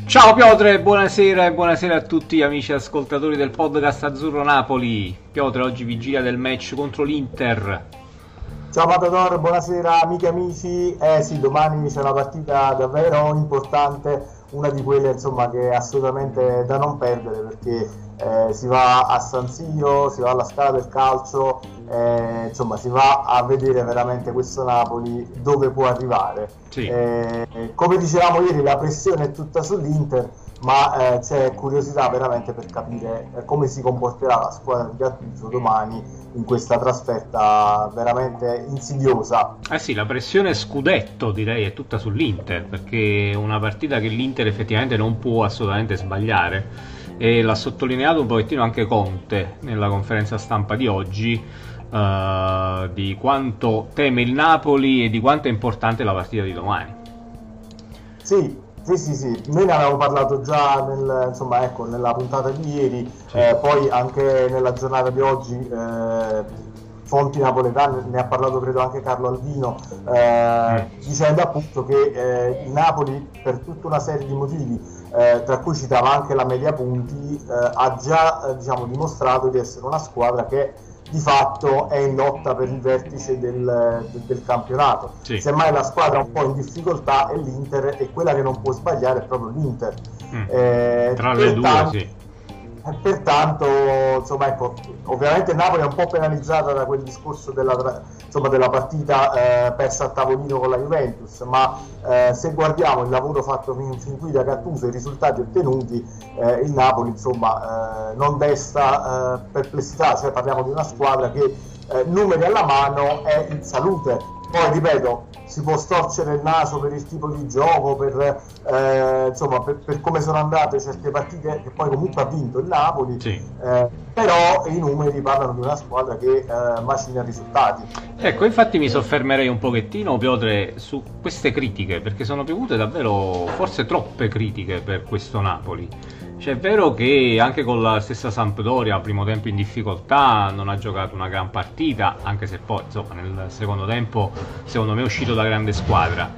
Ciao Piotre, buonasera e buonasera a tutti gli amici ascoltatori del podcast Azzurro Napoli. Piotre, oggi vigilia del match contro l'Inter. Ciao Matador, buonasera amiche e amici. Sì, domani c'è una partita davvero importante, una di quelle insomma che è assolutamente da non perdere, perché si va a San Siro, si va alla Scala del Calcio, insomma si va a vedere veramente questo Napoli dove può arrivare. Sì. Come dicevamo ieri, la pressione è tutta sull'Inter, ma c'è curiosità veramente per capire come si comporterà la squadra di Gattuso domani in questa trasferta veramente insidiosa. Sì, la pressione scudetto direi è tutta sull'Inter, perché è una partita che l'Inter effettivamente non può assolutamente sbagliare, e l'ha sottolineato un pochettino anche Conte nella conferenza stampa di oggi, di quanto teme il Napoli e di quanto è importante la partita di domani. Sì, noi ne avevamo parlato già nella puntata di ieri, Sì. poi anche nella giornata di oggi fonti napoletane, ne ha parlato credo anche Carlo Alvino, dicendo appunto che il Napoli, per tutta una serie di motivi, tra cui citava anche la media punti, ha già dimostrato di essere una squadra che di fatto è in lotta per il vertice del campionato. Sì. Semmai la squadra un po' in difficoltà è l'Inter, e quella che non può sbagliare è proprio l'Inter. Tra le due, sì. Pertanto, insomma, ecco, ovviamente Napoli è un po' penalizzata da quel discorso della partita persa a tavolino con la Juventus, ma se guardiamo il lavoro fatto fin qui da Gattuso e i risultati ottenuti, il Napoli insomma non desta perplessità, cioè parliamo di una squadra che numeri alla mano è in salute. Poi ripeto, si può storcere il naso per il tipo di gioco, per come sono andate certe partite, che poi comunque ha vinto il Napoli, Sì. Però i numeri parlano di una squadra che macina risultati. Ecco, infatti mi soffermerei un pochettino, Piotre, su queste critiche, perché sono piovute davvero forse troppe critiche per questo Napoli. Cioè, è vero che anche con la stessa Sampdoria al primo tempo in difficoltà non ha giocato una gran partita, anche se poi insomma nel secondo tempo secondo me è uscito da grande squadra.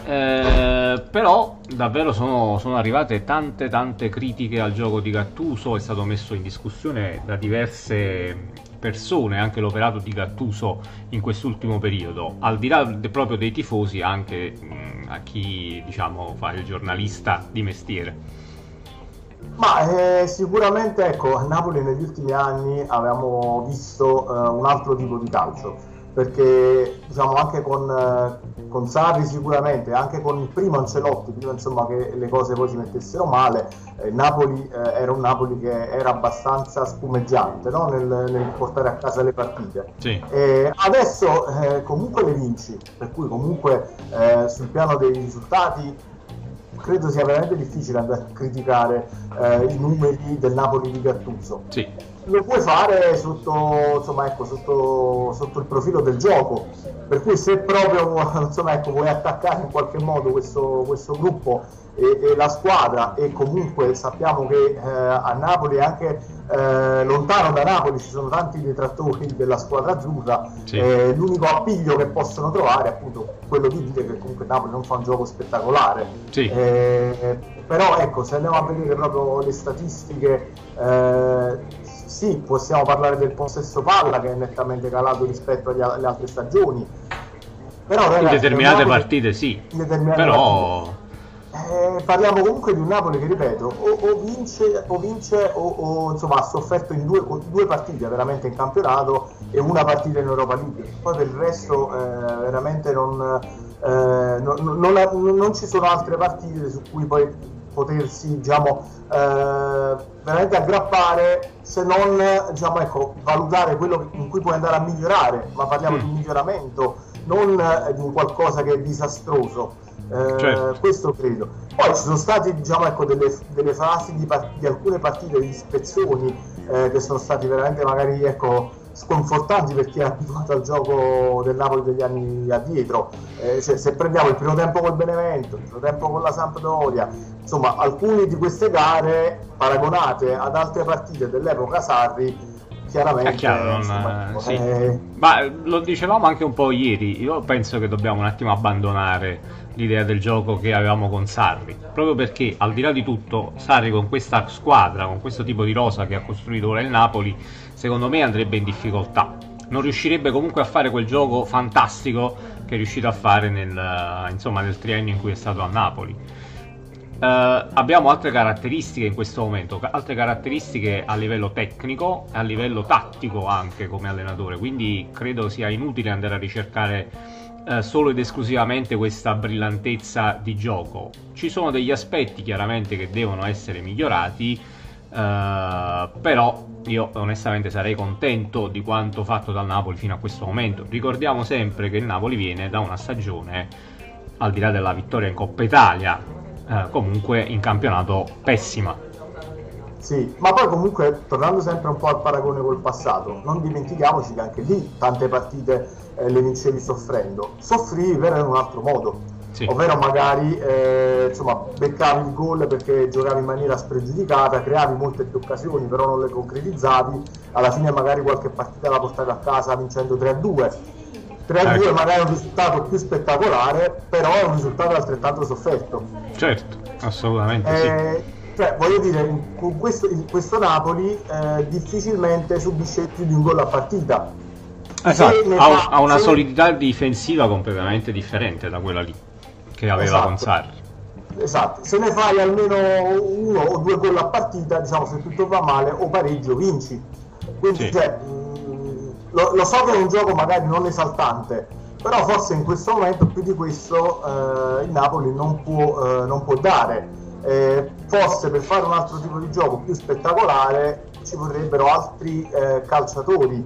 Però davvero sono arrivate tante critiche al gioco di Gattuso, è stato messo in discussione da diverse persone anche l'operato di Gattuso in quest'ultimo periodo, al di là proprio dei tifosi, anche a chi diciamo fa il giornalista di mestiere. Ma sicuramente, ecco, a Napoli negli ultimi anni avevamo visto un altro tipo di calcio, perché diciamo anche con Sarri sicuramente, anche con il primo Ancelotti, prima insomma che le cose poi si mettessero male, il Napoli era un Napoli che era abbastanza spumeggiante, no? nel portare a casa le partite. Sì. Adesso comunque le vinci, per cui comunque sul piano dei risultati credo sia veramente difficile andare a criticare i numeri del Napoli di Gattuso. Sì. Lo puoi fare sotto il profilo del gioco, per cui se proprio vuoi attaccare in qualche modo questo gruppo e la squadra, e comunque sappiamo che a Napoli e anche lontano da Napoli ci sono tanti detrattori della squadra azzurra, Sì. l'unico appiglio che possono trovare è appunto quello di dire che comunque Napoli non fa un gioco spettacolare. Sì. Però ecco, se andiamo a vedere proprio le statistiche, sì, possiamo parlare del possesso palla che è nettamente calato rispetto alle altre stagioni, però ragazzi, In determinate partite sì, però parliamo comunque di un Napoli che, ripeto, o vince o insomma ha sofferto in due partite veramente in campionato e una partita in Europa League. Poi per il resto veramente non ci sono altre partite su cui poi potersi veramente aggrappare, se non valutare quello in cui puoi andare a migliorare, ma parliamo di un miglioramento, non di un qualcosa che è disastroso. Certo. Questo credo. Poi ci sono state delle fasi di alcune partite, di spezzoni che sono stati veramente magari sconfortanti per chi è abituato al gioco del Napoli degli anni addietro. Se prendiamo il primo tempo col Benevento, il primo tempo con la Sampdoria, insomma alcune di queste gare paragonate ad altre partite dell'epoca Sarri chiaramente è chiaro, insomma, sì. Ma lo dicevamo anche un po' ieri, io penso che dobbiamo un attimo abbandonare l'idea del gioco che avevamo con Sarri, proprio perché al di là di tutto Sarri con questa squadra, con questo tipo di rosa che ha costruito ora il Napoli, secondo me andrebbe in difficoltà, non riuscirebbe comunque a fare quel gioco fantastico che è riuscito a fare nel triennio in cui è stato a Napoli. Abbiamo altre caratteristiche in questo momento, altre caratteristiche a livello tecnico e a livello tattico anche come allenatore, quindi credo sia inutile andare a ricercare solo ed esclusivamente questa brillantezza di gioco. Ci sono degli aspetti chiaramente che devono essere migliorati, però io onestamente sarei contento di quanto fatto dal Napoli fino a questo momento. Ricordiamo sempre che il Napoli viene da una stagione, al di là della vittoria in Coppa Italia, comunque in campionato pessima. Sì, ma poi comunque tornando sempre un po' al paragone col passato, non dimentichiamoci che anche lì tante partite le vincevi soffrendo. Soffrivi però in un altro modo, sì. Ovvero magari insomma, beccavi il gol perché giocavi in maniera spregiudicata, creavi molte più occasioni però non le concretizzavi, alla fine magari qualche partita la portavi a casa vincendo 3-2. 3-2 magari è un risultato più spettacolare, però è un risultato altrettanto sofferto. Certo, assolutamente sì. Cioè, voglio dire, con questo Napoli difficilmente subisce più di un gol a partita. Esatto, ha una solidità difensiva completamente differente da quella lì che aveva con Sarri. Esatto, se ne fai almeno 1 o 2 gol a partita, diciamo, se tutto va male o pareggi o vinci. Quindi sì. Cioè, lo so che è un gioco magari non esaltante, però forse in questo momento più di questo il Napoli non può dare. Forse per fare un altro tipo di gioco più spettacolare ci vorrebbero altri calciatori,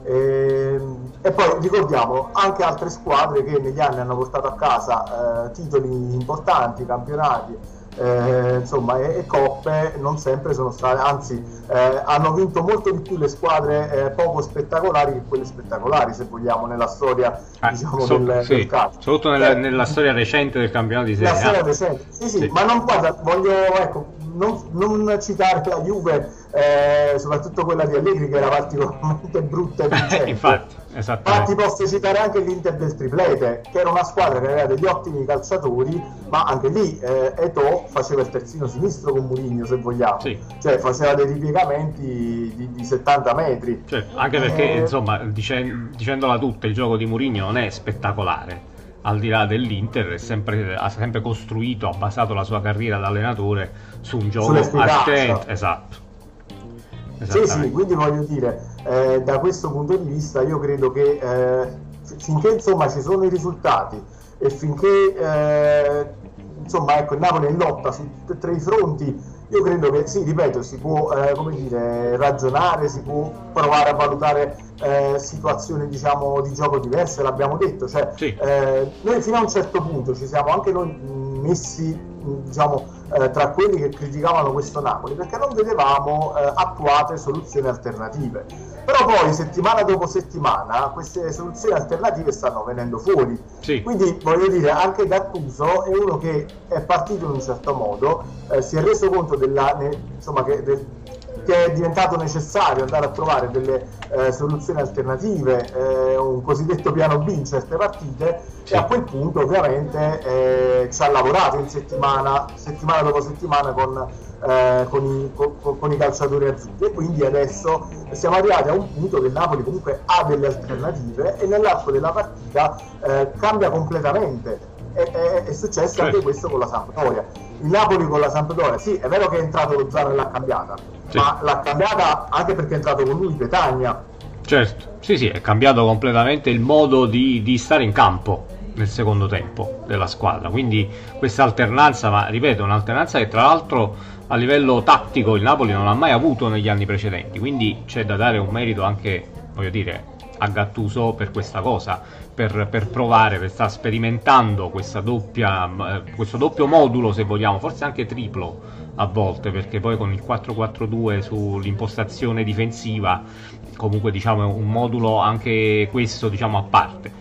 e poi ricordiamo anche altre squadre che negli anni hanno portato a casa titoli importanti, campionati, insomma, e coppe non sempre sono state, anzi hanno vinto molto di più le squadre poco spettacolari che quelle spettacolari, se vogliamo, nella storia diciamo, del calcio, soprattutto nella storia recente del campionato di Serie A. La storia recente, sì. Ma non, guarda, voglio non citare la Juve, soprattutto quella di Allegri che era particolarmente brutta e vincente. Infatti, ti posso citare anche l'Inter del triplete, che era una squadra che aveva degli ottimi calciatori, ma anche lì Eto'o faceva il terzino sinistro con Mourinho, se vogliamo, cioè faceva dei ripiegamenti di 70 metri. Certo, anche perché insomma, dicendola tutta, il gioco di Mourinho non è spettacolare, al di là dell'Inter ha sempre costruito, ha basato la sua carriera da allenatore su un gioco attento. Esatto. Sì, quindi voglio dire, da questo punto di vista io credo che finché insomma ci sono i risultati e finché insomma ecco, il Napoli è in lotta su tutti e 3 i fronti, io credo che sì, ripeto, si può come dire, ragionare, si può provare a valutare situazioni diciamo di gioco diverse, l'abbiamo detto, cioè noi fino a un certo punto ci siamo anche noi messi diciamo tra quelli che criticavano questo Napoli perché non vedevamo attuate soluzioni alternative, però poi settimana dopo settimana queste soluzioni alternative stanno venendo fuori, quindi voglio dire anche Gattuso è uno che è partito in un certo modo, si è reso conto che è diventato necessario andare a trovare delle soluzioni alternative, un cosiddetto piano B in certe partite, e a quel punto ovviamente ci ha lavorato in settimana dopo settimana con i calciatori azzurri, e quindi adesso siamo arrivati a un punto che il Napoli comunque ha delle alternative e nell'arco della partita cambia completamente. È successo anche questo con la Sampdoria. Il Napoli con la Sampdoria, sì, è vero che è entrato lo Zara e l'ha cambiata, ma l'ha cambiata anche perché è entrato con lui Petagna. Certo, sì, è cambiato completamente il modo di stare in campo nel secondo tempo della squadra, quindi questa alternanza, ma ripeto, un'alternanza che tra l'altro a livello tattico il Napoli non ha mai avuto negli anni precedenti, quindi c'è da dare un merito anche, voglio dire, a Gattuso per questa cosa, per provare, per stare sperimentando questo doppio modulo, se vogliamo, forse anche triplo a volte, perché poi con il 4-4-2 sull'impostazione difensiva comunque diciamo è un modulo anche questo diciamo a parte.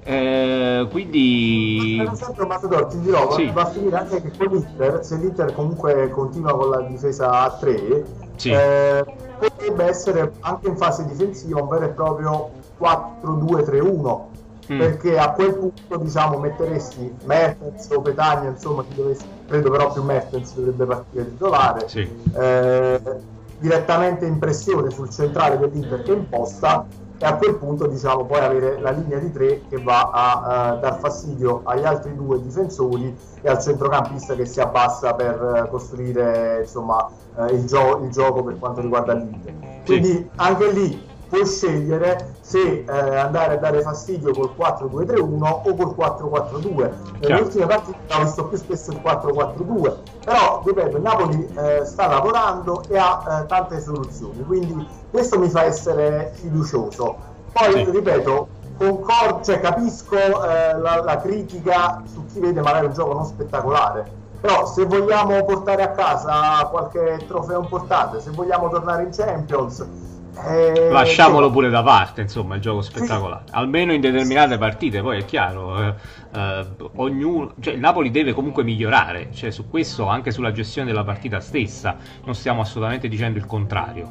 Quindi per esempio, Matador, ti dirò, va a finire anche che con l'Inter, se l'Inter comunque continua con la difesa a 3, Sì. Potrebbe essere anche in fase difensiva un vero e proprio 4-2-3-1, perché a quel punto diciamo metteresti Mertens o Petagna, insomma credo però più Mertens dovrebbe partire titolare, Sì. direttamente in pressione sul centrale dell'Inter che imposta, e a quel punto diciamo puoi avere la linea di 3 che va a dar fastidio agli altri 2 difensori e al centrocampista che si abbassa per costruire insomma il gioco per quanto riguarda l'Inter. Quindi anche lì puoi scegliere se andare a dare fastidio col 4-2-3-1 o col 4-4-2. Nelle ultime partite ho visto più spesso il 4-4-2, però ripeto, il Napoli sta lavorando e ha tante soluzioni, quindi questo mi fa essere fiducioso. Poi ripeto, capisco la critica su chi vede magari un gioco non spettacolare, però se vogliamo portare a casa qualche trofeo importante, se vogliamo tornare in Champions, lasciamolo pure da parte, insomma, il gioco spettacolare, almeno in determinate partite. Poi è chiaro, ognuno, cioè, il Napoli deve comunque migliorare, cioè, su questo, anche sulla gestione della partita stessa, non stiamo assolutamente dicendo il contrario,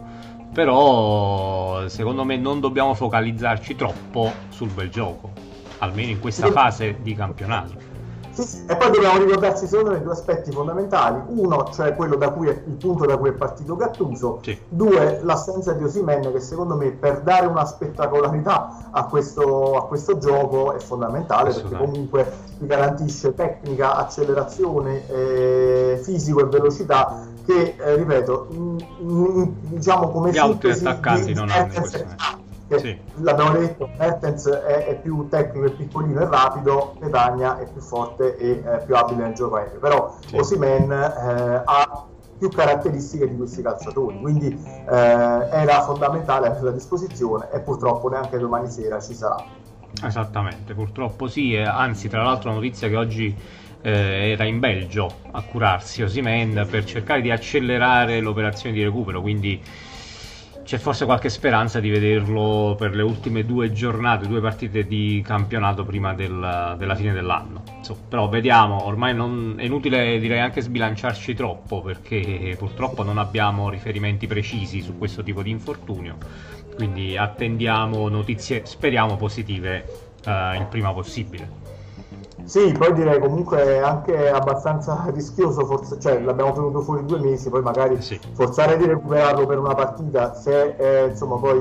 però secondo me non dobbiamo focalizzarci troppo sul bel gioco, almeno in questa fase di campionato. E poi dobbiamo ricordarci secondo me 2 aspetti fondamentali: uno, cioè quello da cui il punto da cui è partito Gattuso; 2, l'assenza di Osimhen, che secondo me per dare una spettacolarità a questo gioco è fondamentale, perché comunque ti garantisce tecnica, accelerazione, fisico e velocità che ripeto, diciamo come gli altri attaccanti non hanno in questo momento. L'abbiamo detto, Mertens è più tecnico, è piccolino e rapido, Petagna è più forte e più abile nel gioco aereo, però Osimhen ha più caratteristiche di questi calciatori, quindi era fondamentale averla a disposizione, e purtroppo neanche domani sera ci sarà. Esattamente, purtroppo sì, anzi, tra l'altro la notizia che oggi era in Belgio a curarsi Osimhen per cercare di accelerare l'operazione di recupero, quindi c'è forse qualche speranza di vederlo per le ultime 2 giornate, 2 partite di campionato prima della fine dell'anno. Insomma, però vediamo, ormai è inutile, direi, anche sbilanciarci troppo, perché purtroppo non abbiamo riferimenti precisi su questo tipo di infortunio, quindi attendiamo notizie, speriamo positive, il prima possibile. Sì, poi direi comunque anche abbastanza rischioso, forse, cioè l'abbiamo tenuto fuori 2 mesi, poi magari forzare di recuperarlo per una partita, se insomma poi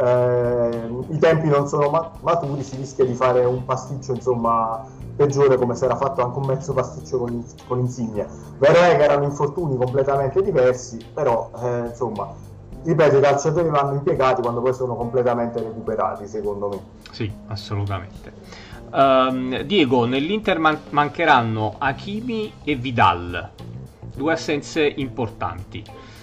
i tempi non sono maturi, si rischia di fare un pasticcio insomma peggiore, come si era fatto anche un mezzo pasticcio con Insigne. Vero è che erano infortuni completamente diversi, però insomma, ripeto, i calciatori vanno impiegati quando poi sono completamente recuperati, secondo me. Sì, assolutamente. Diego, nell'Inter mancheranno Hakimi e Vidal, 2 assenze importanti.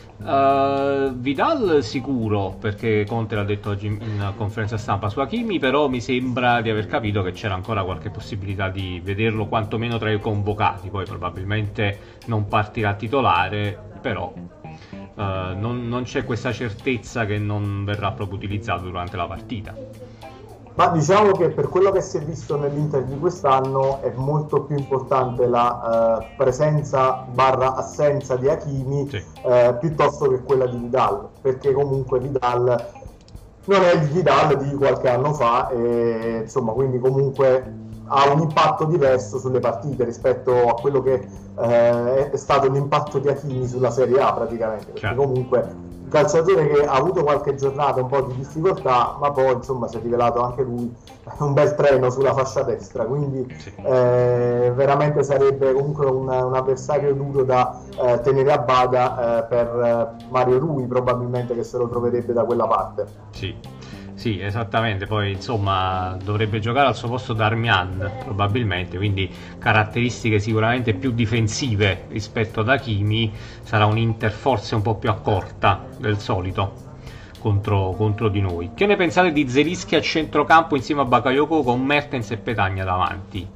Vidal sicuro, perché Conte l'ha detto oggi in conferenza stampa. Su Hakimi però mi sembra di aver capito che c'era ancora qualche possibilità di vederlo quantomeno tra i convocati, poi probabilmente non partirà titolare, però non c'è questa certezza che non verrà proprio utilizzato durante la partita. Ma diciamo che per quello che si è visto nell'Inter di quest'anno è molto più importante la presenza / assenza di Hakimi piuttosto che quella di Vidal, perché comunque Vidal non è il Vidal di qualche anno fa, e insomma, quindi comunque ha un impatto diverso sulle partite rispetto a quello che è stato l'impatto di Hakimi sulla Serie A praticamente, perché comunque calciatore che ha avuto qualche giornata un po' di difficoltà, ma poi insomma si è rivelato anche lui un bel treno sulla fascia destra, quindi veramente sarebbe comunque un avversario duro da tenere a bada per Mario Rui, probabilmente, che se lo troverebbe da quella parte. Sì, esattamente. Poi insomma dovrebbe giocare al suo posto Darmian probabilmente, quindi caratteristiche sicuramente più difensive rispetto ad Hakimi. Sarà un Inter forse un po' più accorta del solito contro di noi. Che ne pensate di Zelinski a centrocampo insieme a Bakayoko con Mertens e Petagna davanti?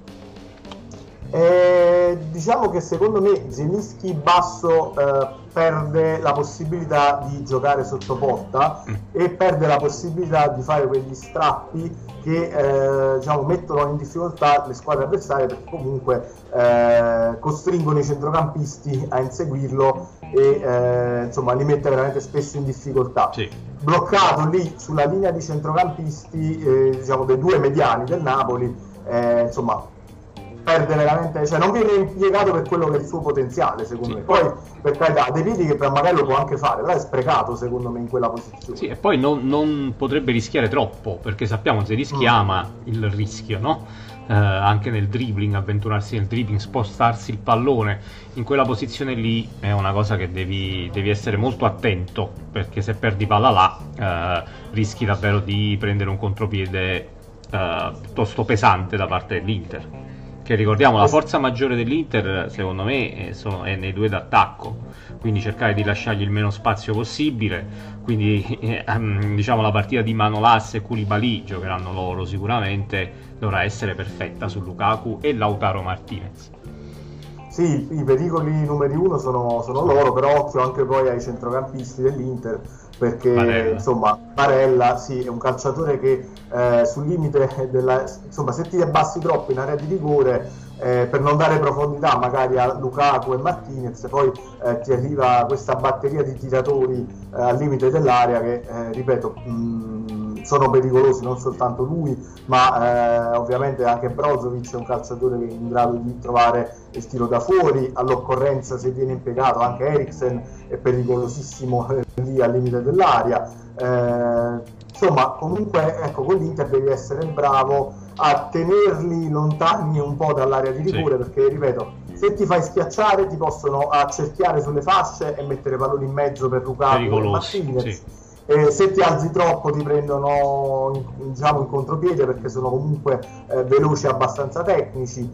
Diciamo che secondo me Zelinski basso perde la possibilità di giocare sotto porta e perde la possibilità di fare quegli strappi che diciamo, mettono in difficoltà le squadre avversarie, perché comunque costringono i centrocampisti a inseguirlo e insomma li mette veramente spesso in difficoltà. Sì. Bloccato lì sulla linea di centrocampisti, diciamo dei due mediani del Napoli, insomma perde veramente, cioè non viene impiegato per quello che è il suo potenziale, secondo me. Poi per carità, De Piedi che magari lo può anche fare, però è sprecato secondo me in quella posizione. Sì, e poi non potrebbe rischiare troppo, perché sappiamo se rischiama il rischio, no? Anche nel dribbling, avventurarsi nel dribbling, spostarsi il pallone in quella posizione lì è una cosa che devi essere molto attento, perché se perdi palla là rischi davvero di prendere un contropiede piuttosto pesante da parte dell'Inter, che ricordiamo la forza maggiore dell'Inter secondo me è nei due d'attacco, quindi cercare di lasciargli il meno spazio possibile. Quindi diciamo la partita di Manolas e Koulibaly giocheranno loro sicuramente, dovrà essere perfetta su Lukaku e Lautaro Martinez. Sì, i pericoli numeri uno sono loro, però occhio anche poi ai centrocampisti dell'Inter, perché Barella. insomma Barella sì, è un calciatore che sul limite insomma se ti abbassi troppo in area di rigore, per non dare profondità magari a Lukaku e Martinez, poi ti arriva questa batteria di tiratori al limite dell'area che ripeto sono pericolosi, non soltanto lui ma ovviamente anche Brozovic è un calciatore che è in grado di trovare il tiro da fuori, all'occorrenza se viene impiegato anche Eriksen è pericolosissimo lì al limite dell'area. Insomma, comunque ecco, con l'Inter devi essere bravo a tenerli lontani un po' dall'area di rigore, sì, perché ripeto, se ti fai schiacciare ti possono accerchiare sulle fasce e mettere palloni in mezzo per Lukaku e Martinez. Sì. Se ti alzi troppo ti prendono diciamo in contropiede, perché sono comunque veloci e abbastanza tecnici.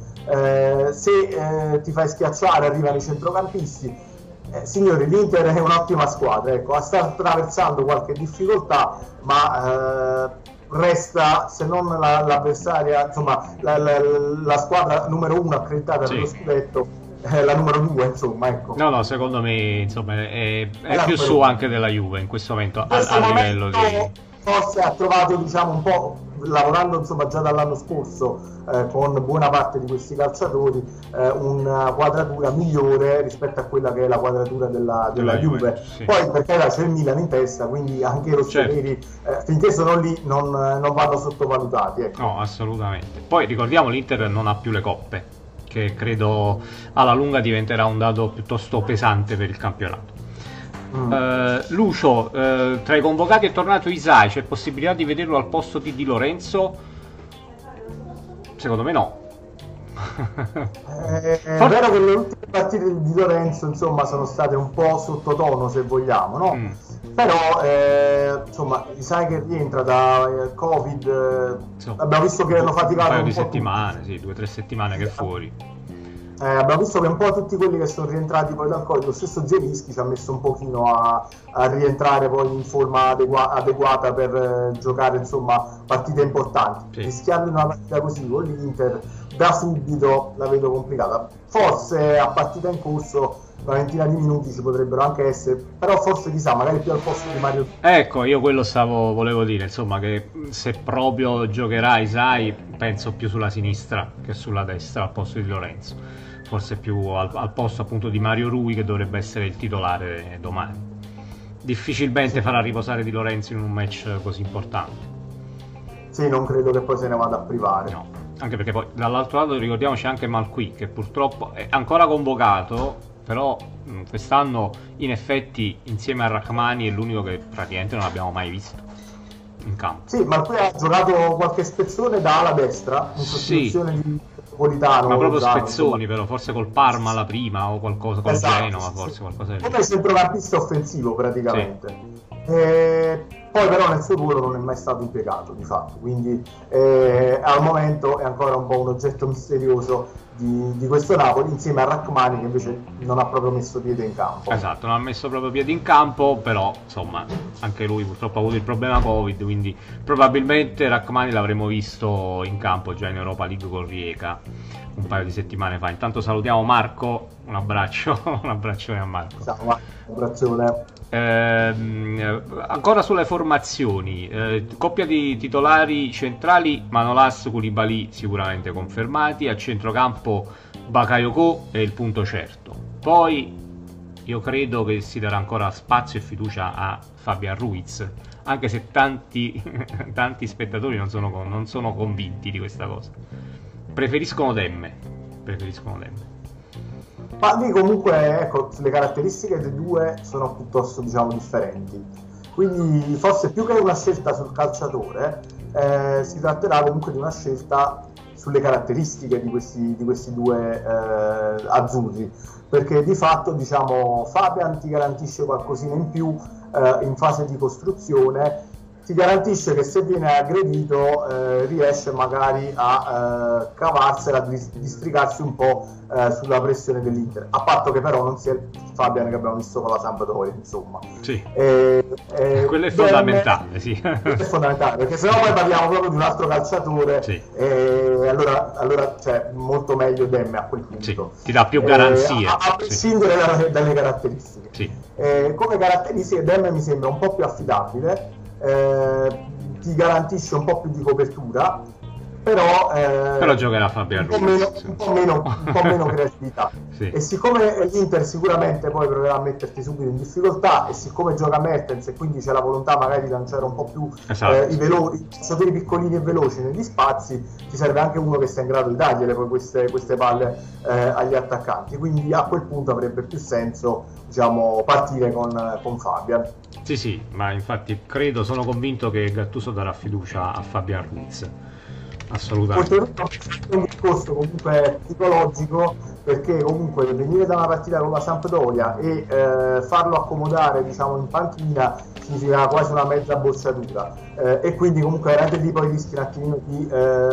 Se ti fai schiacciare arrivano i centrocampisti. Signori, l'Inter è un'ottima squadra, ecco, sta attraversando qualche difficoltà, ma resta, se non l'avversaria, insomma la squadra numero uno accreditata per lo scudetto, la numero due, insomma, ecco. No, secondo me insomma è più su anche della Juve in questo momento, a livello di... Forse ha trovato, diciamo, un po', lavorando insomma già dall'anno scorso con buona parte di questi calciatori, una quadratura migliore rispetto a quella che è la quadratura della Juve. Sì. Poi perché c'è il Milan in testa, quindi anche i rossoneri, finché sono lì non vanno sottovalutati, ecco. No, assolutamente. Poi ricordiamo, l'Inter non ha più le coppe, che credo alla lunga diventerà un dato piuttosto pesante per il campionato. Lucio, tra i convocati è tornato Isai, c'è possibilità di vederlo al posto di Di Lorenzo? Secondo me no. È vero che le ultime partite di Di Lorenzo insomma sono state un po' sottotono, se vogliamo, no? Però insomma Isai che rientra da Covid, abbiamo visto che hanno faticato un paio di settimane, sì, 2 o 3 settimane che è fuori. Abbiamo visto che un po' tutti quelli che sono rientrati poi dal Covid, lo stesso Zielinski ci ha messo un pochino a rientrare poi in forma adeguata per giocare insomma partite importanti. Sì. Rischiando una partita così con l'Inter da subito la vedo complicata. Forse a partita in corso una ventina di minuti ci potrebbero anche essere, però forse chissà, magari più al posto di Mario. Ecco, io quello volevo dire, insomma, che se proprio giocherà Isai penso più sulla sinistra che sulla destra al posto di Lorenzo, forse più al posto appunto di Mario Rui, che dovrebbe essere il titolare domani. Difficilmente farà riposare Di Lorenzo in un match così importante. Sì, non credo che poi se ne vada a privare. No, anche perché poi dall'altro lato ricordiamoci anche Malqui, che purtroppo è ancora convocato, però quest'anno in effetti insieme a Rachmani è l'unico che praticamente non abbiamo mai visto in campo. Sì, ma poi ha giocato qualche spezzone da ala destra in sostituzione di Napolitano. Ma proprio spezzoni, però forse col Parma la prima o qualcosa, col Genova, forse qualcosa del come centrocampista offensivo praticamente. Sì. Poi però nel suo ruolo non è mai stato impiegato di fatto, quindi al momento è ancora un po' un oggetto misterioso di questo Napoli, insieme a Rachmani che invece non ha proprio messo piede in campo. Esatto, non ha messo proprio piede in campo, però insomma anche lui purtroppo ha avuto il problema Covid, quindi probabilmente Rachmani l'avremo visto in campo già in Europa League con Rijeka un paio di settimane fa. Intanto salutiamo Marco, un abbraccio, un abbraccione a Marco. Ciao Marco, un abbraccione. Ancora sulle formazioni, coppia di titolari centrali, Manolas, Koulibaly sicuramente confermati, a centrocampo Bakayoko è il punto certo. Poi io credo che si darà ancora spazio e fiducia a Fabian Ruiz, anche se tanti spettatori non sono convinti di questa cosa. Preferiscono Demme. Ma lì comunque, ecco, le caratteristiche dei due sono piuttosto, diciamo, differenti. Quindi forse più che una scelta sul calciatore, si tratterà comunque di una scelta sulle caratteristiche di questi due azzurri, perché di fatto, diciamo, Fabian ti garantisce qualcosina in più in fase di costruzione, ti garantisce che se viene aggredito riesce magari a cavarsela, a districarsi un po' sulla pressione dell'Inter, a patto che però non sia il Fabian che abbiamo visto con la Sampdoria, insomma. Sì. Quello è fondamentale, sì. Quello è fondamentale, perché sennò poi parliamo proprio di un altro calciatore, sì. Allora cioè, molto meglio Demme a quel punto. Sì, ti dà più garanzie. A prescindere dalle caratteristiche. Sì. Come caratteristiche Demme mi sembra un po' più affidabile, ti garantisce un po' più di copertura, però giocherà Fabian Ruiz un po' meno creatività. Sì. E siccome l'Inter sicuramente poi proverà a metterti subito in difficoltà, e siccome gioca Mertens e quindi c'è la volontà magari di lanciare un po' più i giocatori piccolini e veloci negli spazi, ti serve anche uno che sia in grado di tagliere poi queste palle agli attaccanti, quindi a quel punto avrebbe più senso, diciamo, partire con Fabian. Sì, ma infatti sono convinto che Gattuso darà fiducia a Fabian Ruiz. Assolutamente. È un discorso comunque psicologico, perché comunque venire da una partita con la Sampdoria e farlo accomodare, diciamo, in panchina significa quasi una mezza bocciatura, e quindi comunque veramente lì poi rischi un attimino di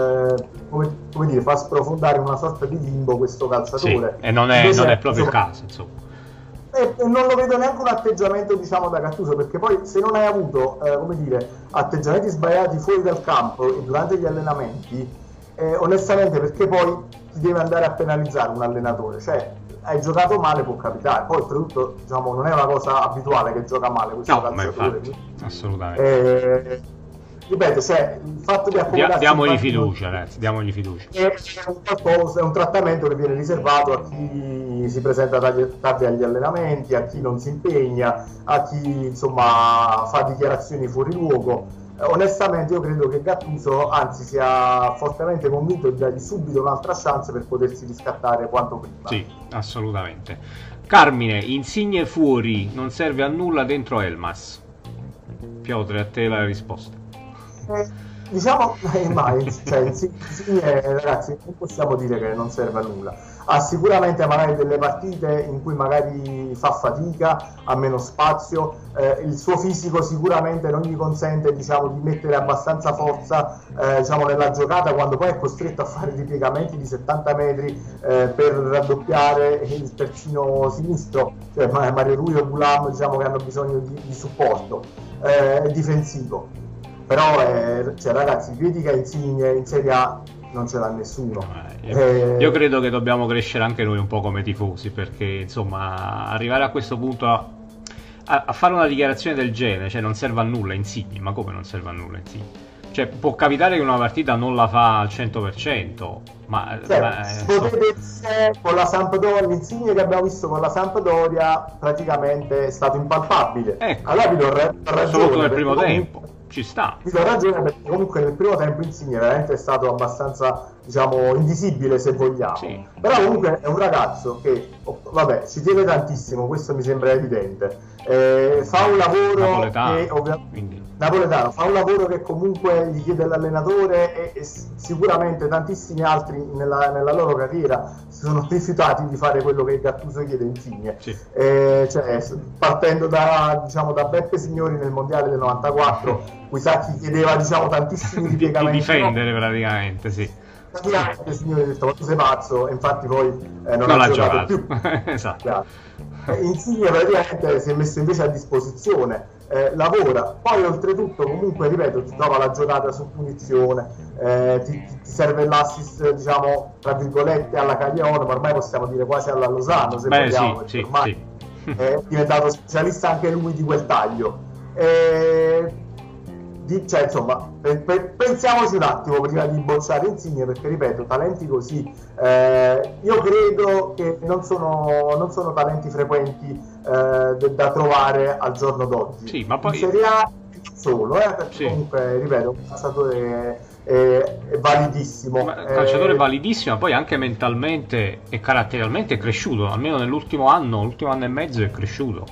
come dire, far sprofondare una sorta di limbo questo calciatore. Sì, e non è proprio il caso, insomma. E non lo vedo neanche un atteggiamento, diciamo, da Gattuso, perché poi se non hai avuto atteggiamenti sbagliati fuori dal campo e durante gli allenamenti, onestamente, perché poi ti deve andare a penalizzare un allenatore? Cioè, hai giocato male, può capitare, poi oltretutto, diciamo, non è una cosa abituale che gioca male questo calciatore. Infatti, assolutamente. Ripeto, cioè, il fatto di accomodarsi, diamogli fiducia, ragazzi, diamogli fiducia. È un trattamento che viene riservato a chi si presenta tardi agli allenamenti, a chi non si impegna, a chi, insomma, fa dichiarazioni fuori luogo. Onestamente io credo che Gattuso, anzi, sia fortemente convinto di dargli subito un'altra chance per potersi riscattare quanto prima. Sì, assolutamente. Carmine, Insigne fuori, non serve a nulla dentro Elmas. Piotre, a te la risposta. Diciamo, Insigne, ragazzi, non possiamo dire che non serve a nulla. Ha sicuramente magari delle partite in cui magari fa fatica, ha meno spazio, il suo fisico sicuramente non gli consente, diciamo, di mettere abbastanza forza, diciamo, nella giocata, quando poi è costretto a fare dei piegamenti di 70 metri per raddoppiare il terzino sinistro, cioè Mario Rui o Gulam, diciamo, che hanno bisogno di supporto difensivo. Però cioè, ragazzi, critica Insigne in Serie A non ce l'ha nessuno. Io credo che dobbiamo crescere anche noi un po' come tifosi, perché insomma arrivare a questo punto a fare una dichiarazione del genere, cioè non serve a nulla Insigne, ma come non serve a nulla Insigne? Cioè, può capitare che una partita non la fa al 100%, ma potete dire, con la Sampdoria, l'Insigne che abbiamo visto con la Sampdoria praticamente è stato impalpabile. Ecco, allora vi do ragione, soprattutto nel primo tempo. Ci sta. Vi do ragione, perché comunque nel primo tempo Insigne veramente è stato abbastanza, diciamo, invisibile, se vogliamo. Sì. Però comunque è un ragazzo che, vabbè, ci tiene tantissimo, questo mi sembra evidente. Fa un lavoro napoletano, fa un lavoro che comunque gli chiede l'allenatore, e sicuramente tantissimi altri nella loro carriera si sono rifiutati di fare quello che Gattuso chiede Insigne. Sì. Cioè, partendo da Beppe Signori nel mondiale del 94, Guisacchi chiedeva, diciamo, tantissimi ripiegamenti di difendere, praticamente, sì. Praticamente Signori ha detto: ma tu sei pazzo, e infatti poi non ha giocato più. Esatto. Insigne praticamente si è messo invece a disposizione, lavora, poi oltretutto comunque, ripeto, ti trova la giocata su punizione, ti serve l'assist, diciamo, tra virgolette, alla Caglione, ma ormai possiamo dire quasi alla Lozano, se vogliamo, sì, ormai sì. È diventato specialista anche lui di quel taglio. Cioè, insomma, pensiamoci un attimo prima di bocciare Insigne, perché, ripeto, talenti così io credo che non sono talenti frequenti da trovare al giorno d'oggi. Sì, ma poi... In Serie A solo, perché sì. comunque, ripeto, un calciatore è validissimo. Un calciatore validissimo, poi anche mentalmente e caratterialmente è cresciuto, almeno l'ultimo anno e mezzo è cresciuto.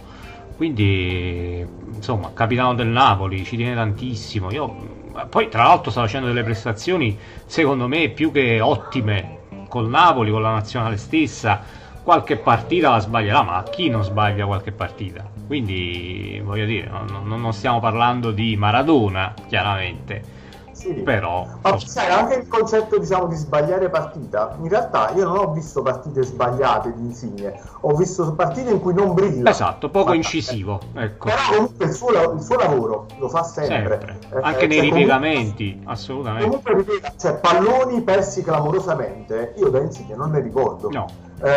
Quindi, insomma, capitano del Napoli, ci tiene tantissimo. Poi, tra l'altro, sta facendo delle prestazioni, secondo me, più che ottime col Napoli, con la nazionale stessa. Qualche partita la sbaglierà, ma chi non sbaglia qualche partita? Quindi, voglio dire, non stiamo parlando di Maradona, chiaramente. Sì. Però ma sai, anche il concetto, diciamo, di sbagliare partita, in realtà io non ho visto partite sbagliate di Insigne, ho visto partite in cui non brilla. Esatto, poco incisivo, ecco. Però comunque il suo lavoro lo fa sempre. Anche nei ripiegamenti, assolutamente. Comunque ripeto, cioè, palloni persi clamorosamente io da Insigne non ne ricordo. No.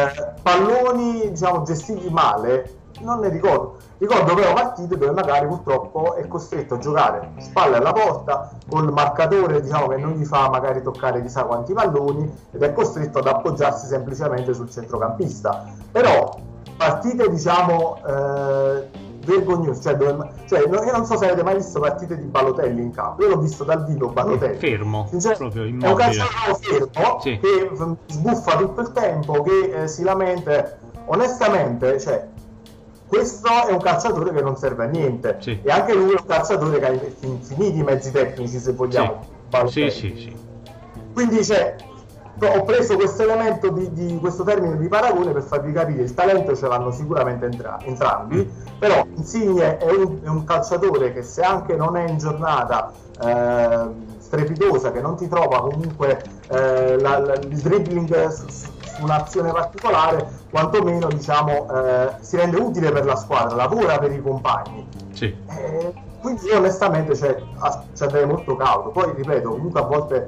Palloni, diciamo, gestiti male non ne ricordo. Ricordo però partite dove magari purtroppo è costretto a giocare spalle alla porta col marcatore, diciamo, che non gli fa magari toccare chissà quanti palloni ed è costretto ad appoggiarsi semplicemente sul centrocampista. Però partite, diciamo, vergognose, io non so se avete mai visto partite di Balotelli in campo. Io l'ho visto dal vivo Balotelli fermo, proprio immobile. È un calciatore fermo, sì, che sbuffa tutto il tempo, che si lamenta. Onestamente, cioè, questo è un calciatore che non serve a niente, sì, e anche lui è un calciatore che ha infiniti mezzi tecnici, se vogliamo. Sì. Quindi, cioè, ho preso questo elemento di questo termine di paragone per farvi capire il talento ce l'hanno sicuramente entrambi, però Insigne è un calciatore che, se anche non è in giornata strepitosa, che non ti trova comunque il dribbling su un'azione particolare, quantomeno, diciamo, si rende utile per la squadra, lavora per i compagni. Sì. Quindi io onestamente ci andrei molto cauto. Poi ripeto, comunque a volte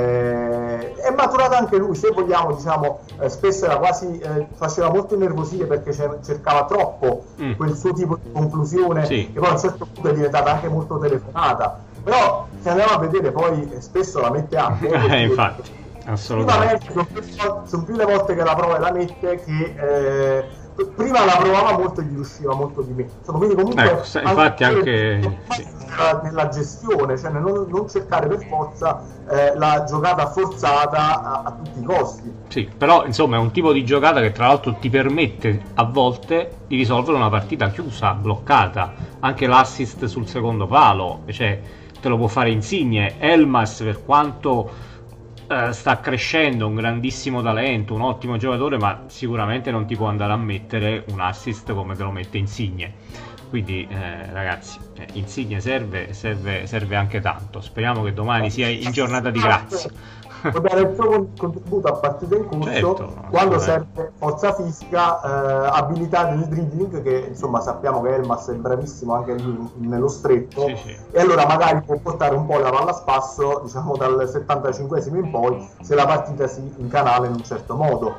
è maturato anche lui, se vogliamo, diciamo, spesso era quasi faceva molto innervosire perché cercava troppo quel suo tipo di conclusione, sì, che poi a un certo punto è diventata anche molto telefonata. Però se andiamo a vedere, poi spesso la mette anche. Infatti, assolutamente. Sono più le volte che la prova e la mette che prima la provava molto e gli riusciva molto di meno. Quindi comunque, infatti anche nella gestione, cioè non cercare per forza la giocata forzata a tutti i costi. Sì, però insomma è un tipo di giocata che tra l'altro ti permette a volte di risolvere una partita chiusa, bloccata. Anche l'assist sul secondo palo, cioè, te lo può fare Insigne. Elmas, per quanto sta crescendo, un grandissimo talento, un ottimo giocatore, ma sicuramente non ti può andare a mettere un assist come te lo mette Insigne. Quindi ragazzi, Insigne serve anche tanto. Speriamo che domani sia in giornata di grazia. Può dare il suo contributo a partita in corso, certo, quando serve forza fisica, abilità nel dribbling, che insomma sappiamo che Elmas è bravissimo anche lui nello stretto, sì. E allora magari può portare un po' la palla a spasso, diciamo dal 75esimo in poi, se la partita si incanala in un certo modo.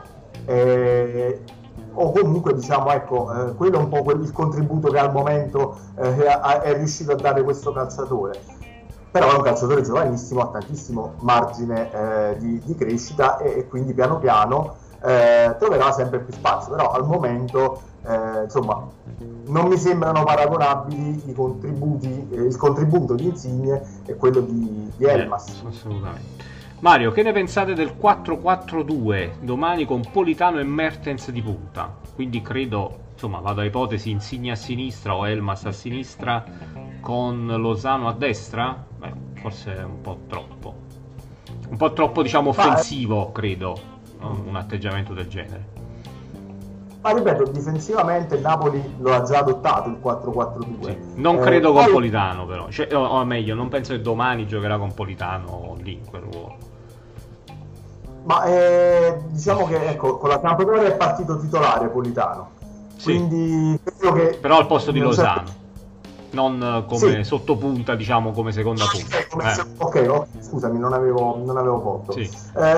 O comunque, diciamo, ecco, quello è un po' il contributo che al momento è riuscito a dare questo calciatore. Però è un calciatore giovanissimo, ha tantissimo margine di crescita e quindi piano piano troverà sempre più spazio. Però al momento, insomma, non mi sembrano paragonabili i contributi, il contributo di Insigne e quello di Elmas. Assolutamente. Mario, che ne pensate del 4-4-2 domani con Politano e Mertens di punta? Quindi credo, insomma, vado a ipotesi, Insigne a sinistra o Elmas a sinistra con Lozano a destra? Beh, forse è un po' troppo, diciamo, offensivo, credo, un atteggiamento del genere. Ma ripeto, difensivamente il Napoli lo ha già adottato il 4-4-2. Sì, non credo con Politano, però, cioè, o meglio, non penso che domani giocherà con Politano lì in quel ruolo. Ma diciamo che, ecco, con la Sampdoria è partito titolare Politano, sì. Quindi credo che però al posto di Lozano, non come sottopunta, diciamo, come seconda punta. Ok, scusami, non avevo colto. Sì.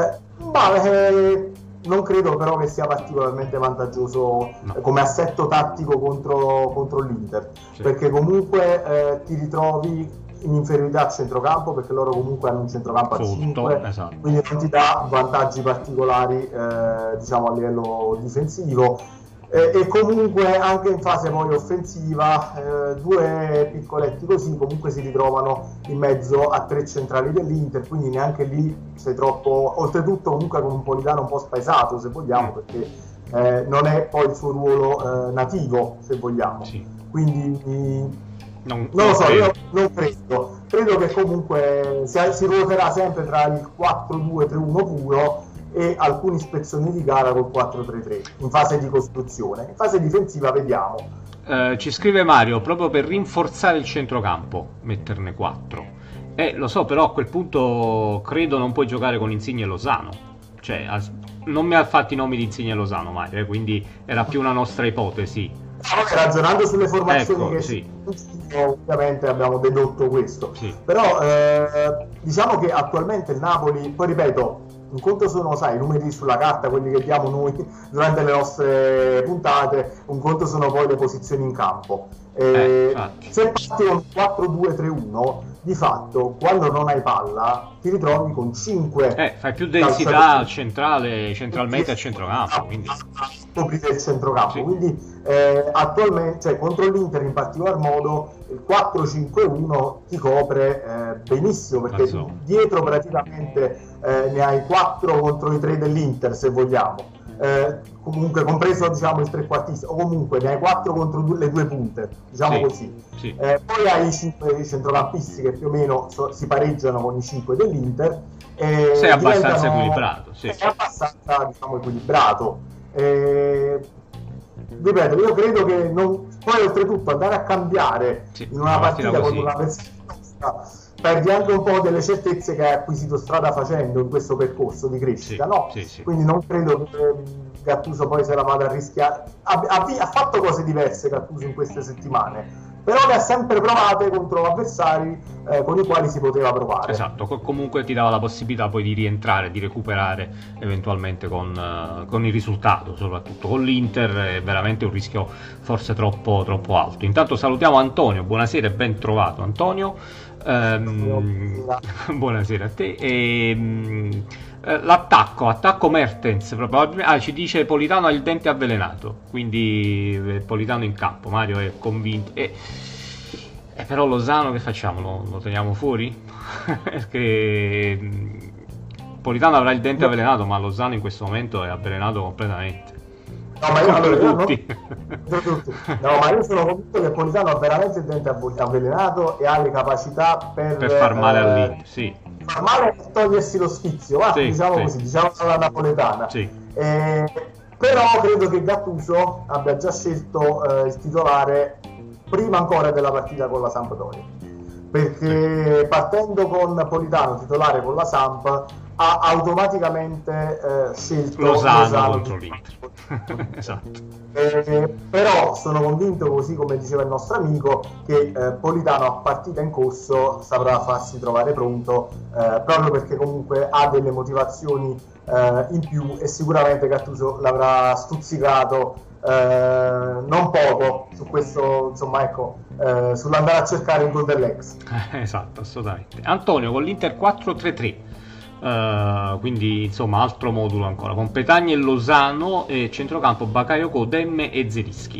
Non credo però che sia particolarmente vantaggioso come assetto tattico contro l'Inter, sì. Perché comunque ti ritrovi in inferiorità a centrocampo, perché loro comunque hanno un centrocampo a 5, esatto. Quindi non ti dà vantaggi particolari, diciamo, a livello difensivo. E comunque anche in fase poi offensiva due piccoletti così comunque si ritrovano in mezzo a tre centrali dell'Inter, quindi neanche lì sei troppo, oltretutto comunque con un Politano un po' spaesato se vogliamo, perché non è poi il suo ruolo nativo se vogliamo, Sì. Quindi non lo so, io non credo che comunque si ruoterà sempre tra il 4-2-3-1 puro e alcuni spezzoni di gara col 4-3-3 in fase di costruzione. In fase difensiva vediamo. Ci scrive Mario, proprio per rinforzare il centrocampo metterne 4. Lo so, però a quel punto credo non puoi giocare con Insigne e Lozano, cioè non mi ha fatti i nomi di Insigne e Lozano Mario, quindi era più una nostra ipotesi. Ragionando sulle formazioni, ecco, che sì. Ovviamente abbiamo dedotto questo, sì. Però diciamo che attualmente il Napoli, poi ripeto, un conto sono, sai, i numeri sulla carta, quelli che diamo noi durante le nostre puntate, un conto sono poi le posizioni in campo. Se parti con 4-2-3-1, di fatto quando non hai palla ti ritrovi con 5 fai più densità centralmente a centrocampo, quindi coprire il centrocampo, sì. Quindi attualmente, cioè, contro l'Inter in particolar modo il 4-5-1 ti copre benissimo, perché dietro praticamente ne hai 4 contro i 3 dell'Inter se vogliamo, comunque compreso diciamo il trequartista, o comunque ne hai 4 contro le due punte, diciamo così. Sì. Poi hai i 5 centrocampisti che più o meno si pareggiano con i 5 dell'Inter. Sei abbastanza equilibrato. Sì. È abbastanza, diciamo, equilibrato. Ripeto, io credo che poi oltretutto andare a cambiare in una partita con una avversario perdi anche un po' delle certezze che hai acquisito strada facendo in questo percorso di crescita, no? Sì. Quindi non credo che Gattuso poi se la vada a rischiare. Ha fatto cose diverse Gattuso in queste settimane, però le ha sempre provate contro avversari con i quali si poteva provare. Esatto, comunque ti dava la possibilità poi di rientrare, di recuperare eventualmente con il risultato, soprattutto con l'Inter è veramente un rischio forse troppo alto. Intanto salutiamo Antonio, buonasera e ben trovato Antonio. Buonasera a te. L'attacco Mertens, ci dice Politano ha il dente avvelenato, quindi Politano in campo, Mario è convinto. Però Lozano che facciamo? Lo teniamo fuori? Perché Politano avrà il dente avvelenato, ma Lozano in questo momento è avvelenato completamente. No, ma io sono convinto che Politano ha veramente il dente avvelenato e ha le capacità per far male all'Inter, sì. Far male e togliersi lo sfizio, diciamo così, diciamo alla napoletana. Sì. Però credo che Gattuso abbia già scelto il titolare prima ancora della partita con la Sampdoria, perché partendo con Politano titolare con la Samp ha automaticamente scelto Lozano contro l'Inter. Esatto. Però sono convinto, così come diceva il nostro amico, che Politano a partita in corso saprà farsi trovare pronto, proprio perché comunque ha delle motivazioni in più, e sicuramente Gattuso l'avrà stuzzicato non poco su questo, insomma, ecco, sull'andare a cercare il gol dell'ex. Esatto, assolutamente. Antonio con l'Inter 4-3-3. Quindi insomma altro modulo ancora con Petagna e Lozano, e centrocampo Bakayoko, Demme e Zelischi.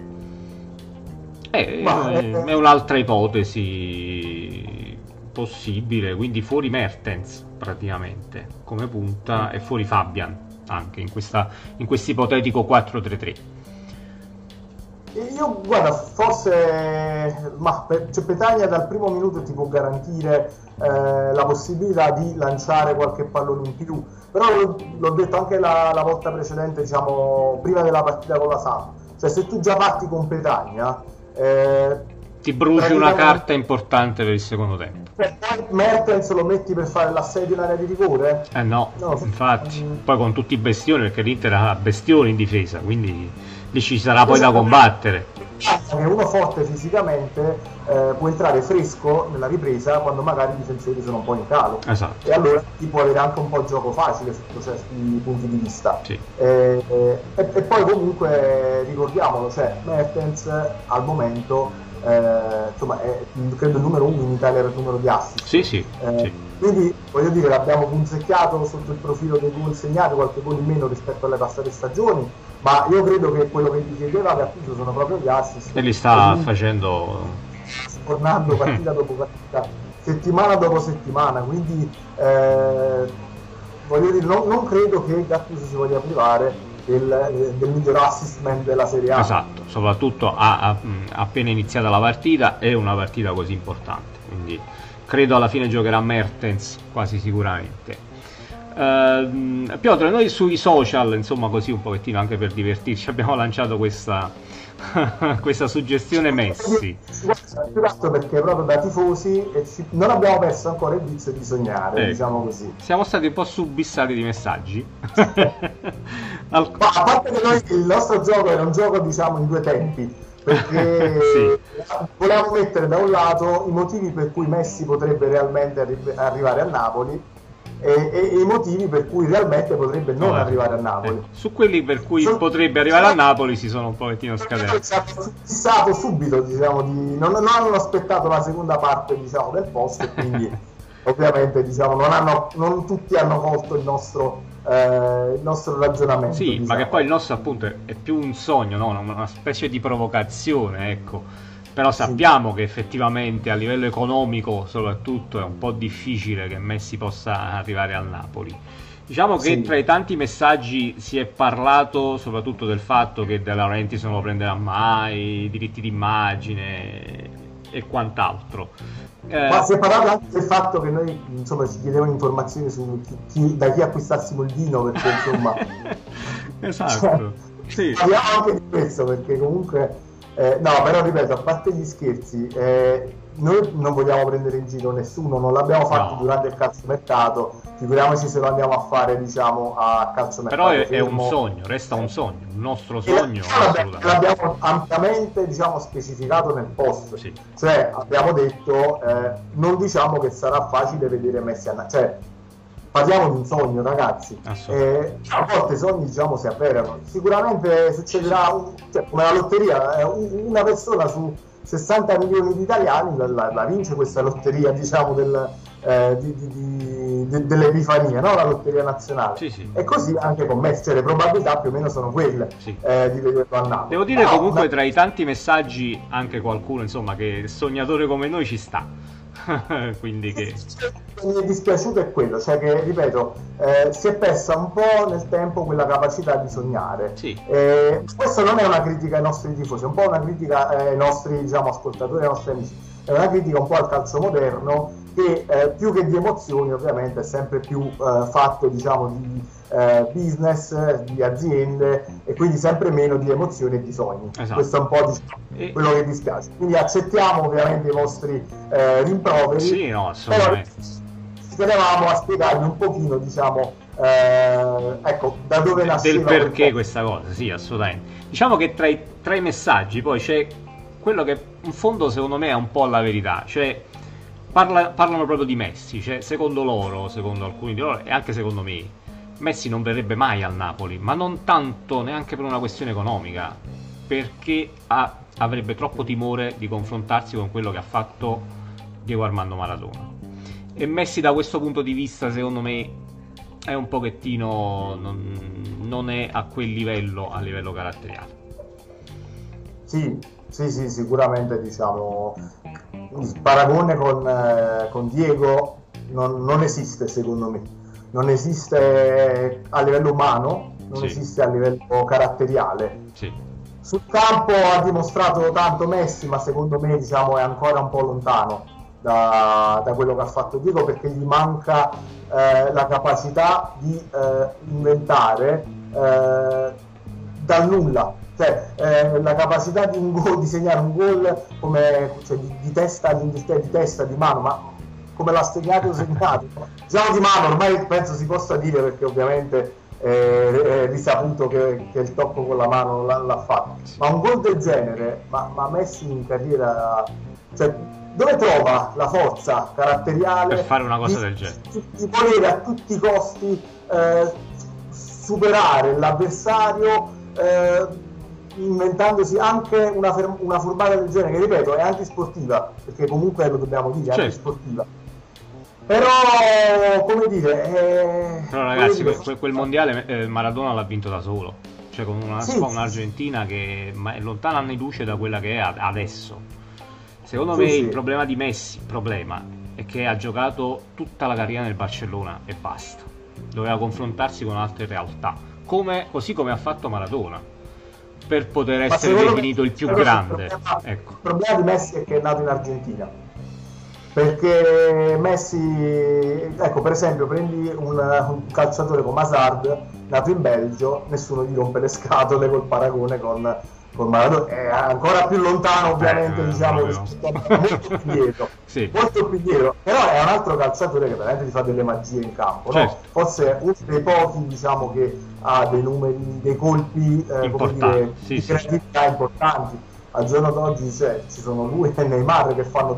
È un'altra ipotesi possibile, quindi fuori Mertens praticamente come punta e fuori Fabian anche in questo ipotetico 4-3-3. Io guarda, forse Petagna dal primo minuto ti può garantire la possibilità di lanciare qualche pallone in più, però l'ho detto anche la volta precedente, diciamo prima della partita con la Samp, cioè se tu già parti con Petagna ti bruci una carta importante per il secondo tempo. Mertens lo metti per fare l'assedio in area di rigore? No, infatti poi con tutti i bestioni, perché l'Inter ha bestioni in difesa, quindi lì ci sarà poi da combattere. Che uno forte fisicamente può entrare fresco nella ripresa quando magari i difensori sono un po' in calo, esatto. E allora ti può avere anche un po' gioco facile sotto certi punti di vista, sì. E poi comunque ricordiamolo, cioè Mertens al momento insomma è credo il numero 1 in Italia per numero di assist, sì. Quindi voglio dire, l'abbiamo punzecchiato sotto il profilo dei gol segnati, qualche gol in meno rispetto alle passate stagioni, ma io credo che quello che ti chiedeva Gattuso sono proprio gli assist. E li sta facendo, tornando partita dopo partita, settimana dopo settimana, quindi voglio dire, non credo che Gattuso si voglia privare del miglior assist man della Serie A. Esatto, soprattutto appena iniziata la partita, è una partita così importante, quindi credo alla fine giocherà Mertens quasi sicuramente. Piotr, noi sui social, insomma, così un pochettino anche per divertirci, abbiamo lanciato questa suggestione Messi. Più che perché proprio da tifosi non abbiamo perso ancora il vizio di sognare, diciamo così. Siamo stati un po' subissati di messaggi. Ma a parte che noi il nostro gioco era un gioco, diciamo, in due tempi, perché volevamo mettere da un lato i motivi per cui Messi potrebbe realmente arrivare a Napoli e i motivi per cui realmente potrebbe non arrivare a Napoli. Su quelli per cui potrebbe arrivare a Napoli si sono un pochettino scatenati. Ci hanno fissato subito, diciamo, non hanno aspettato la seconda parte, diciamo, del post, e quindi ovviamente, diciamo, non tutti hanno colto il nostro ragionamento. Sì, diciamo. Ma che poi il nostro appunto è più un sogno, no? Una specie di provocazione, ecco. Però sappiamo che effettivamente a livello economico soprattutto è un po' difficile che Messi possa arrivare al Napoli. Diciamo che tra i tanti messaggi si è parlato soprattutto del fatto che De Laurentiis non lo prenderà mai, diritti d'immagine e quant'altro. Ma si è parlato anche del fatto che noi, insomma, ci chiedevano informazioni su da chi acquistassimo il vino, perché insomma esatto. Sì. Parliamo anche di questo, perché comunque no, però ripeto, a parte gli scherzi, noi non vogliamo prendere in giro nessuno, non l'abbiamo fatto durante il calciomercato, figuriamoci se lo andiamo a fare, diciamo, a calciomercato. Però è un sogno, resta un sogno, un nostro sogno. L'abbiamo ampiamente, diciamo, specificato nel post, cioè abbiamo detto non diciamo che sarà facile vedere Messi a cioè parliamo di un sogno, ragazzi. A volte i sogni, diciamo, si avverano. Sicuramente succederà, come la lotteria, una persona su 60 milioni di italiani la vince questa lotteria, diciamo, dell'Epifania, no? La lotteria nazionale. E così anche con Messi, cioè le probabilità più o meno sono quelle di vederlo a Napoli. Devo dire comunque tra i tanti messaggi anche qualcuno, insomma, che sognatore come noi ci sta. Quindi che mi è dispiaciuto è quello, cioè che, ripeto, si è persa un po' nel tempo quella capacità di sognare. Questo non è una critica ai nostri tifosi, è un po' una critica ai nostri, diciamo, ascoltatori, ai nostri amici, è una critica un po' al calcio moderno che più che di emozioni ovviamente è sempre più fatto, diciamo, di business, di aziende, e quindi sempre meno di emozioni e di sogni. Questo è un po', diciamo, quello che dispiace, quindi accettiamo ovviamente i vostri rimproveri, assolutamente. Ci tenevamo a spiegarvi un pochino, diciamo, ecco, da dove nasceva del perché questa cosa. Assolutamente. Diciamo che tra i messaggi poi c'è quello che in fondo secondo me è un po' la verità, cioè parlano proprio di Messi, cioè secondo loro, secondo alcuni di loro e anche secondo me Messi non verrebbe mai al Napoli, ma non tanto neanche per una questione economica, perché avrebbe troppo timore di confrontarsi con quello che ha fatto Diego Armando Maradona. E Messi da questo punto di vista, secondo me, è un pochettino non è a quel livello, a livello caratteriale. Sì, sicuramente, diciamo, il paragone con Diego non esiste, secondo me. Non esiste a livello umano, non esiste a livello caratteriale. Sul campo ha dimostrato tanto Messi, ma secondo me, diciamo, è ancora un po' lontano da quello che ha fatto Diego, perché gli manca la capacità di inventare dal nulla, cioè la capacità di segnare un gol come, cioè, di testa, di mano, ma come l'ha segnato. Diciamo di mano, ormai penso si possa dire, perché ovviamente è risaputo che il tocco con la mano l'ha fatto, ma un gol del genere, ma Messi in carriera, cioè, dove trova la forza caratteriale per fare una cosa del genere? Di volere a tutti i costi superare l'avversario, inventandosi anche una furbata del genere, che ripeto è antisportiva, perché comunque lo dobbiamo dire, è antisportiva. Però, come dire, Però ragazzi, quel mondiale Maradona l'ha vinto da solo, cioè con sì, un'Argentina che è lontana anni luce da quella che è adesso. Secondo sì, me il sì. problema di Messi, è che ha giocato tutta la carriera nel Barcellona e basta. Doveva confrontarsi con altre realtà, così come ha fatto Maradona, per poter Ma essere secondo me definito il più però grande. il Ecco. problema di Messi è che è nato in Argentina. Perché Messi, ecco, per esempio, prendi un calciatore come Hazard, nato in Belgio, nessuno gli rompe le scatole col paragone con Maradona. È ancora più lontano, ovviamente, diciamo, proprio. rispetto a molto più dietro. Sì. Molto più dietro, però è un altro calciatore che veramente ti fa delle magie in campo, no? Certo. Forse uno dei pochi, diciamo, che ha dei numeri, dei colpi, come dire, Sì, di sì. creatività importanti. Al giorno d'oggi ci sono lui e Neymar che fanno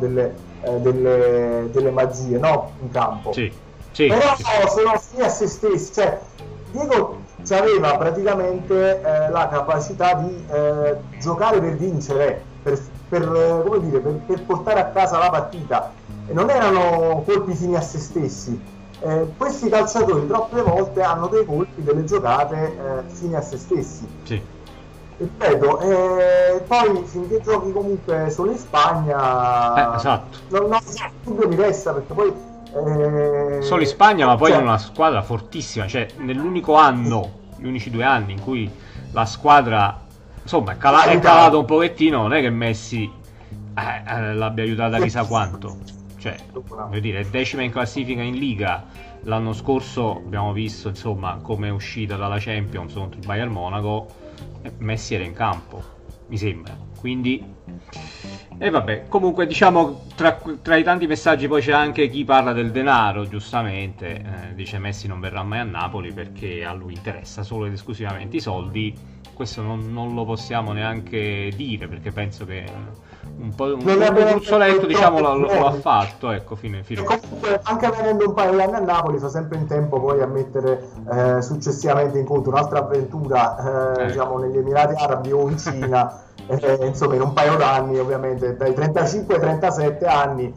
delle magie, no? In campo. Sì. Sì, Però sì. sono fini a se stessi, cioè Diego aveva praticamente la capacità di giocare per vincere, come dire, per portare a casa la partita, e non erano colpi fini a se stessi. Questi calciatori troppe volte hanno dei colpi, delle giocate fini a se stessi. Sì. Ripeto, poi finché giochi comunque solo in Spagna, Esatto. non dubbio mi resta, perché poi Solo in Spagna, ma poi cioè, in una squadra fortissima, cioè nell'unico anno, gli unici 2 anni in cui la squadra insomma è calato un pochettino, non è che Messi l'abbia aiutata chissà quanto, cioè voglio dire, è decima in classifica in Liga. L'anno scorso abbiamo visto insomma come è uscita dalla Champions contro il Bayern Monaco, Messi era in campo, mi sembra, quindi e vabbè, comunque diciamo tra i tanti messaggi poi c'è anche chi parla del denaro, giustamente, dice Messi non verrà mai a Napoli perché a lui interessa solo ed esclusivamente i soldi. Questo non lo possiamo neanche dire, perché penso che un gruzzoletto diciamo lo ha fatto, ecco, fino e comunque anche venendo un paio di anni a Napoli fa sempre in tempo poi a mettere successivamente in conto un'altra avventura diciamo negli Emirati Arabi o in Cina. Insomma in un paio d'anni, ovviamente dai 35 ai 37 anni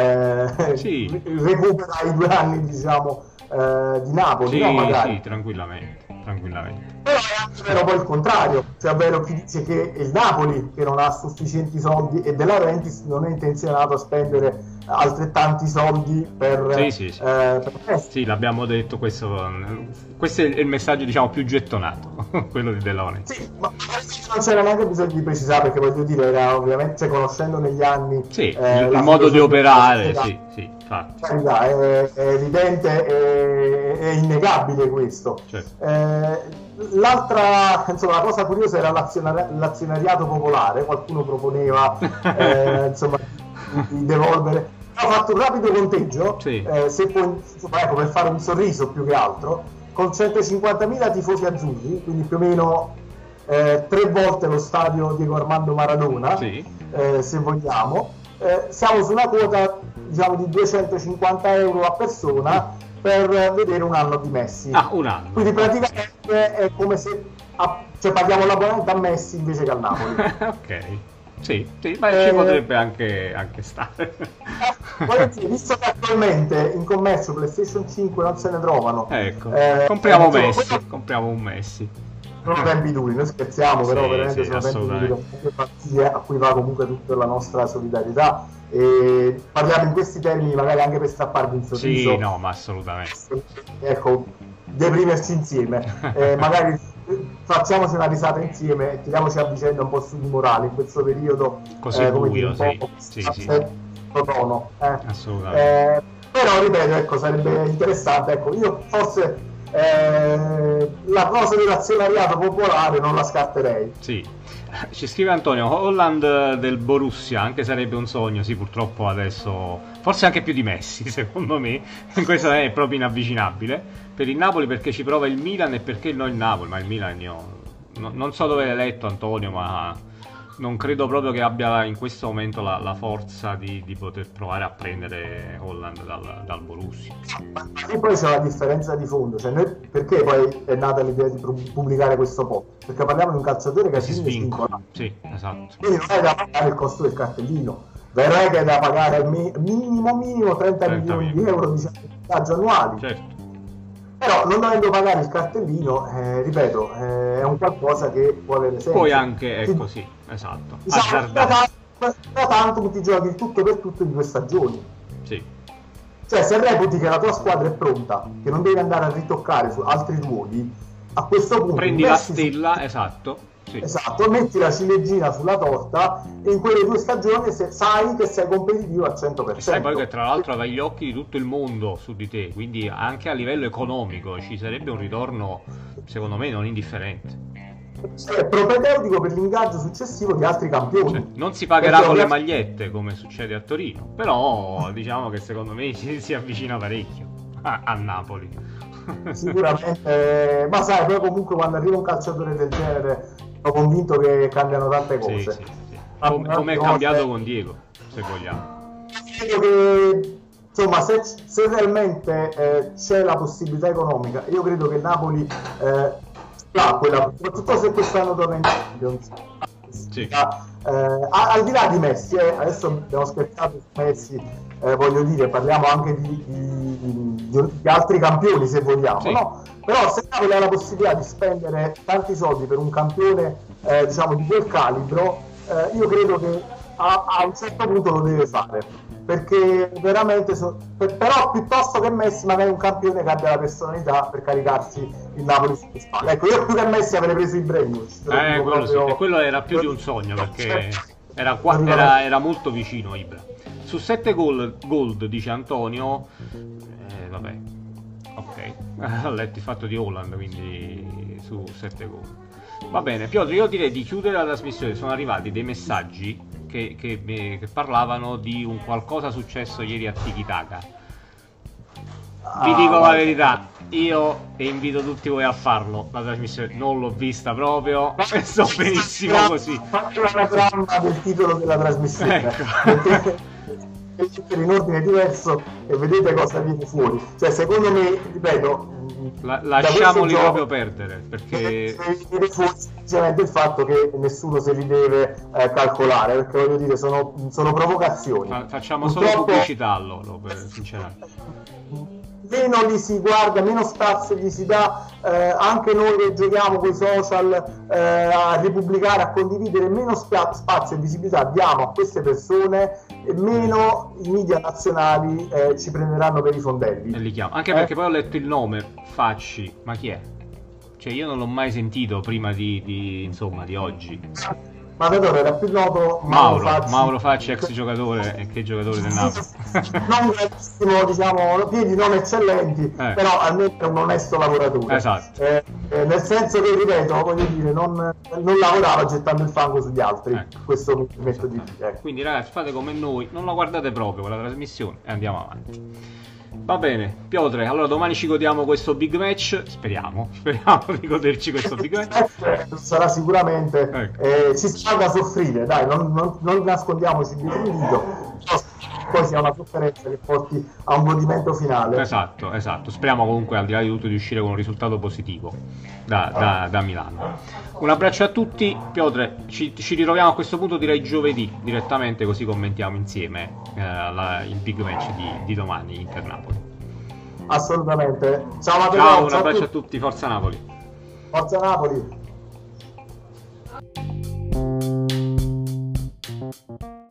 sì. recupera i 2 anni diciamo di Napoli, sì, no, magari. sì, tranquillamente. Però è anche vero poi il contrario, cioè è vero chi dice che è il Napoli che non ha sufficienti soldi e De Laurentiis non è intenzionato a spendere altrettanti soldi per sì, l'abbiamo detto, questo è il messaggio diciamo più gettonato, quello di De Laurentiis. Sì, ma non c'era neanche bisogno di precisare, perché voglio dire, era ovviamente, cioè, conoscendo negli anni il modo di operare, sì, infatti. È evidente, è innegabile questo. Certo. L'altra, insomma, la cosa curiosa era l'azionariato popolare. Qualcuno proponeva insomma di devolvere. Ha fatto un rapido conteggio, se può, ecco, per fare un sorriso più che altro, con 150.000 tifosi azzurri, quindi più o meno 3 volte lo stadio Diego Armando Maradona, se vogliamo. Siamo su una quota diciamo di 250 euro a persona per vedere un anno di Messi. Un anno. Quindi praticamente è come se paghiamo l'abbonamento a Messi invece che al Napoli. Ok. Sì, ma ci potrebbe anche stare. Visto che attualmente in commercio PlayStation 5 non se ne trovano, ecco, compriamo Messi, compriamo un Messi. Sono tempi duri, noi scherziamo, però veramente sono tempi duri a cui va comunque tutta la nostra solidarietà, e parliamo in questi termini magari anche per strapparvi un sorriso. Sì, no, ma assolutamente. Ecco, deprimerci insieme, magari facciamoci una risata insieme e tiriamoci a vicenda un po' su di morale in questo periodo così buio, tono. Assolutamente. Però ripeto, ecco, sarebbe interessante, ecco, io forse la cosa dell'azionariato popolare non la scarterei. Sì. Ci scrive Antonio, Holland del Borussia, anche sarebbe un sogno, sì, purtroppo adesso forse anche più di Messi, secondo me. Questo è proprio inavvicinabile. Per il Napoli perché ci prova il Milan e perché no il Napoli, ma il Milan non so dove l'hai letto, Antonio, ma non credo proprio che abbia in questo momento la forza di poter provare a prendere Holland dal Borussia. E poi c'è una differenza di fondo, cioè noi, perché poi è nata l'idea di pubblicare questo post? Perché parliamo di un calciatore che si svincola. Sì, esatto. Quindi non è da pagare il costo del cartellino. Verrà che è da pagare minimo 30 milioni di euro di viaggio annuali. Certo. Però non dovendo pagare il cartellino, ripeto, è un qualcosa che può avere senso. Poi anche, ecco sì, esatto, diciamo, da tanto ti giochi il tutto per tutto in 2 stagioni. Sì. Cioè, se reputi che la tua squadra è pronta, che non devi andare a ritoccare su altri ruoli, a questo punto prendi la stella, esatto. Sì. Esatto, metti la ciliegina sulla torta e in quelle 2 stagioni sai che sei competitivo al 100%. E sai poi che tra l'altro avrai gli occhi di tutto il mondo su di te, quindi anche a livello economico ci sarebbe un ritorno, secondo me, non indifferente. È propedeutico per l'ingaggio successivo di altri campioni. Cioè, non si pagherà con le magliette come succede a Torino, però diciamo che secondo me si avvicina parecchio a Napoli. Sicuramente, ma sai, poi comunque quando arriva un calciatore del genere sono convinto che cambiano tante cose. Sì. Come è cambiato con Diego, se vogliamo. Credo che insomma, se realmente c'è la possibilità economica, io credo che Napoli soprattutto se quest'anno torna in Champions, sì. Al di là di Messi, adesso abbiamo scherzato su Messi, voglio dire, parliamo anche di altri campioni se vogliamo, sì. No? Però se Napoli ha la possibilità di spendere tanti soldi per un campione diciamo di quel calibro, io credo che a un certo punto lo deve fare, perché veramente però piuttosto che Messi magari un campione che abbia la personalità per caricarsi il Napoli sulle spalle. Ecco, io più che Messi avrei preso Ibrahimovic. Quello era più di un sogno, perché era molto vicino Ibra. Su 7 gold dice Antonio, vabbè, ok, ho letto il fatto di Haaland, quindi su 7 gol. Va bene, Piotr, io direi di chiudere la trasmissione. Sono arrivati dei messaggi che parlavano di un qualcosa successo ieri a Tiki Taka. Vi dico la verità, io invito tutti voi a farlo. La trasmissione non l'ho vista proprio e so benissimo così. Faccio l'anagramma del titolo della trasmissione. Ecco. In ordine diverso e vedete cosa viene fuori. Cioè, secondo me, ripeto, lasciamoli proprio perdere, perché viene fuori semplicemente il fatto che nessuno se li deve calcolare, perché voglio dire, sono provocazioni. Facciamo solo pubblicità a loro, sinceramente. Meno li si guarda, meno spazio gli si dà, anche noi che giochiamo con i social a ripubblicare, a condividere, meno spazio e visibilità diamo a queste persone e meno i media nazionali ci prenderanno per i fondelli. E li chiamo. Anche perché poi ho letto il nome, Facci, ma chi è? Cioè io non l'ho mai sentito prima di oggi. Matador era più noto Mauro Facci, ex giocatore e che giocatore del Napoli. Non grandissimo, diciamo, piedi non eccellenti, però almeno è un onesto lavoratore. Esatto. Nel senso che, ripeto, voglio dire, non lavorava gettando il fango sugli altri. Ecco. Questo mi permetto di dire. Quindi ragazzi, fate come noi, non la guardate proprio quella trasmissione e andiamo avanti. Va bene, Piotr, allora domani ci godiamo questo big match, speriamo di goderci questo big match. Sarà sicuramente, ci sarà da soffrire, dai, non nascondiamoci dietro il dito, poi sia una sofferenza che porti a un godimento finale. Esatto, speriamo comunque al di là di tutto di uscire con un risultato positivo da Milano. Un abbraccio a tutti, Piotr, ci ritroviamo a questo punto direi giovedì direttamente, così commentiamo insieme il big match di domani Inter-Napoli. Assolutamente, ciao Matteo, ciao, un abbraccio a tutti, forza Napoli. Forza Napoli.